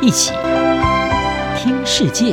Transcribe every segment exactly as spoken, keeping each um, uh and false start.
一起听世界。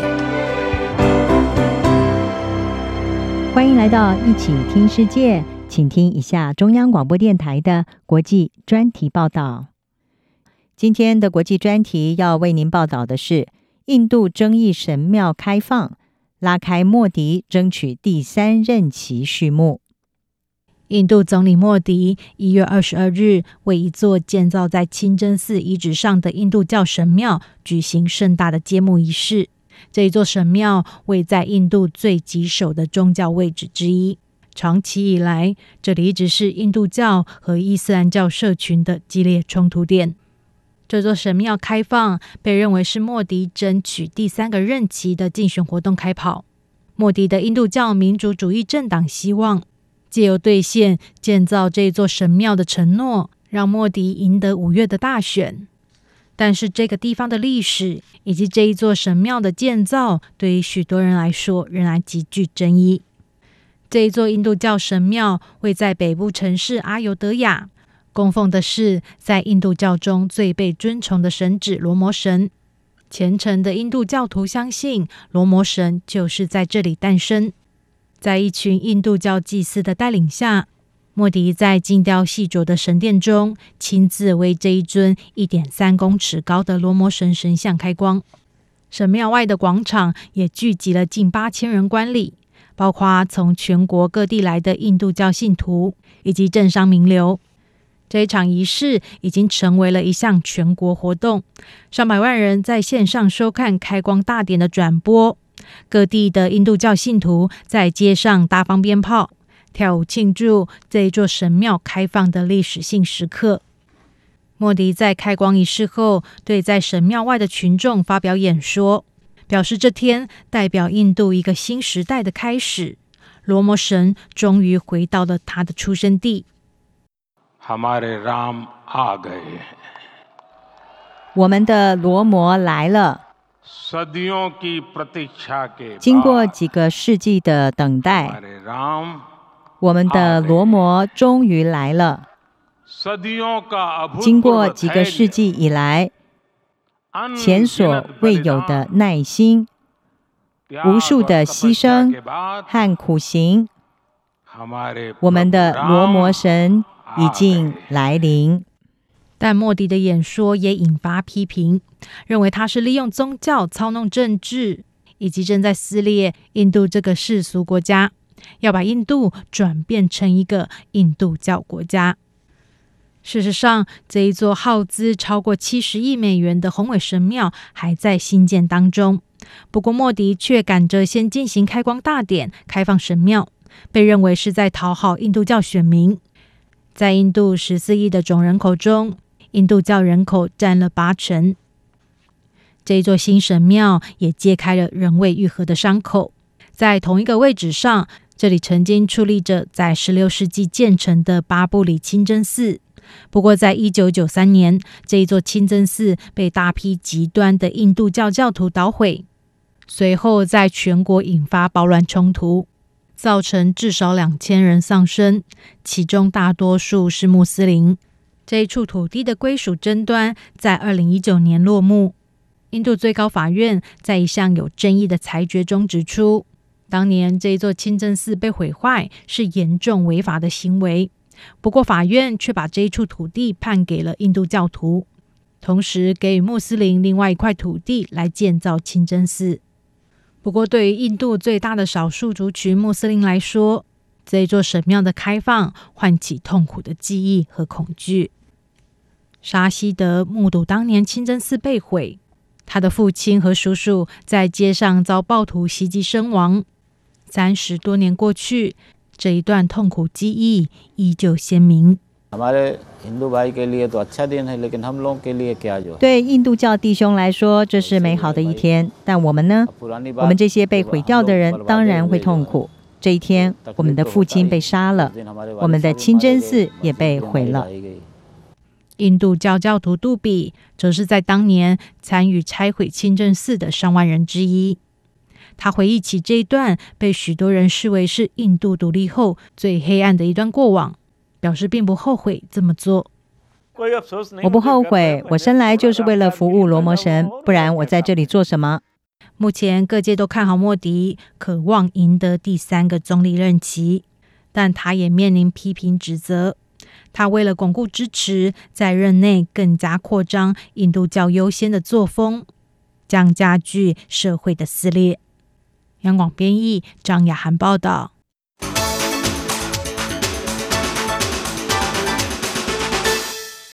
欢迎来到一起听世界，请听一下中央广播电台的国际专题报道。今天的国际专题要为您报道的是印度争议神庙开放，拉开莫迪争取第三任期序幕。 印度总理莫迪一月二十二日为一座建造在清真寺遗址上的印度教神庙举行盛大的揭幕仪式。这一座神庙位在印度最棘手的宗教位置之一，长期以来，这里一直是印度教和伊斯兰教社群的激烈冲突点。这座神庙开放被认为是莫迪争取第三个任期的竞选活动开跑。莫迪的印度教民主主义政党希望借由兑现建造这座神庙的承诺，让莫迪赢得五月的大选。但是这个地方的历史以及这一座神庙的建造，对于许多人来说仍然极具争议。这一座印度教神庙位在北部城市阿尤德亚，供奉的是在印度教中最被尊崇的神祇罗摩神。虔诚的印度教徒相信罗摩神就是在这里诞生。在一群印度教祭司的带领下，莫迪在精雕细琢的神殿中亲自为这一尊 一点三公尺高的罗摩神神像开光。神庙外的广场也聚集了近八千人观礼，包括从全国各地来的印度教信徒以及政商名流。这一场仪式已经成为了一项全国活动，上百万人在线上收看开光大典的转播。各地的印度教信徒在街上大放鞭炮，跳舞庆祝这一座神庙开放的历史性时刻。莫迪在开光仪式后，对在神庙外的群众发表演说，表示这天代表印度一个新时代的开始。罗摩神终于回到了他的出生地。 我们的罗摩来了。经过几个世纪的等待，我们的罗摩终于来了。经过几个世纪以来，前所未有的耐心，无数的牺牲和苦行，我们的罗摩神已经来临。 但莫迪的演说也引发批评，认为他是利用宗教操弄政治，以及正在撕裂印度这个世俗国家，要把印度转变成一个印度教国家。事实上，这一座耗资超过七十亿美元的宏伟神庙还在兴建当中。不过莫迪却赶着先进行开光大典，开放神庙，被认为是在讨好印度教选民。在印度十四亿的总人口中，印度教人口占了八成。这一座新神庙也揭开了仍未愈合的伤口。在同一个位置上，这里曾经矗立着在十六世纪建成的巴布里清真寺。不过在一九九三年，这一座清真寺被大批极端的印度教教徒捣毁，随后在全国引发暴乱冲突，造成至少两千人丧生，其中大多数是穆斯林。这一处土地的归属争端在二零一九年落幕。印度最高法院在一项有争议的裁决中指出，当年这一座清真寺被毁坏是严重违法的行为。不过法院却把这一处土地判给了印度教徒，同时给予穆斯林另外一块土地来建造清真寺。不过对于印度最大的少数族群穆斯林来说，这一座神庙的开放唤起痛苦的记忆和恐惧。沙希德目睹当年清真寺被毁，他的父亲和叔叔在街上遭暴徒袭击身亡。三十多年过去，这一段痛苦记忆依旧鲜明。 对印度教弟兄来说，这是美好的一天，但我们呢？我们这些被毁掉的人当然会痛苦。这一天，我们的父亲被杀了，我们的清真寺也被毁了。 印度教教徒杜比则是在当年参与拆毁清真寺的上万人之一。他回忆起这一段被许多人视为是印度独立后最黑暗的一段过往，表示并不后悔这么做。 我不后悔，我生来就是为了服务罗摩神，不然我在这里做什么？ 目前各界都看好莫迪，渴望赢得第三个总理任期，但他也面临批评指责。他为了巩固支持，在任内更加扩张印度教优先的作风，将加剧社会的撕裂。央广编译张雅涵报道。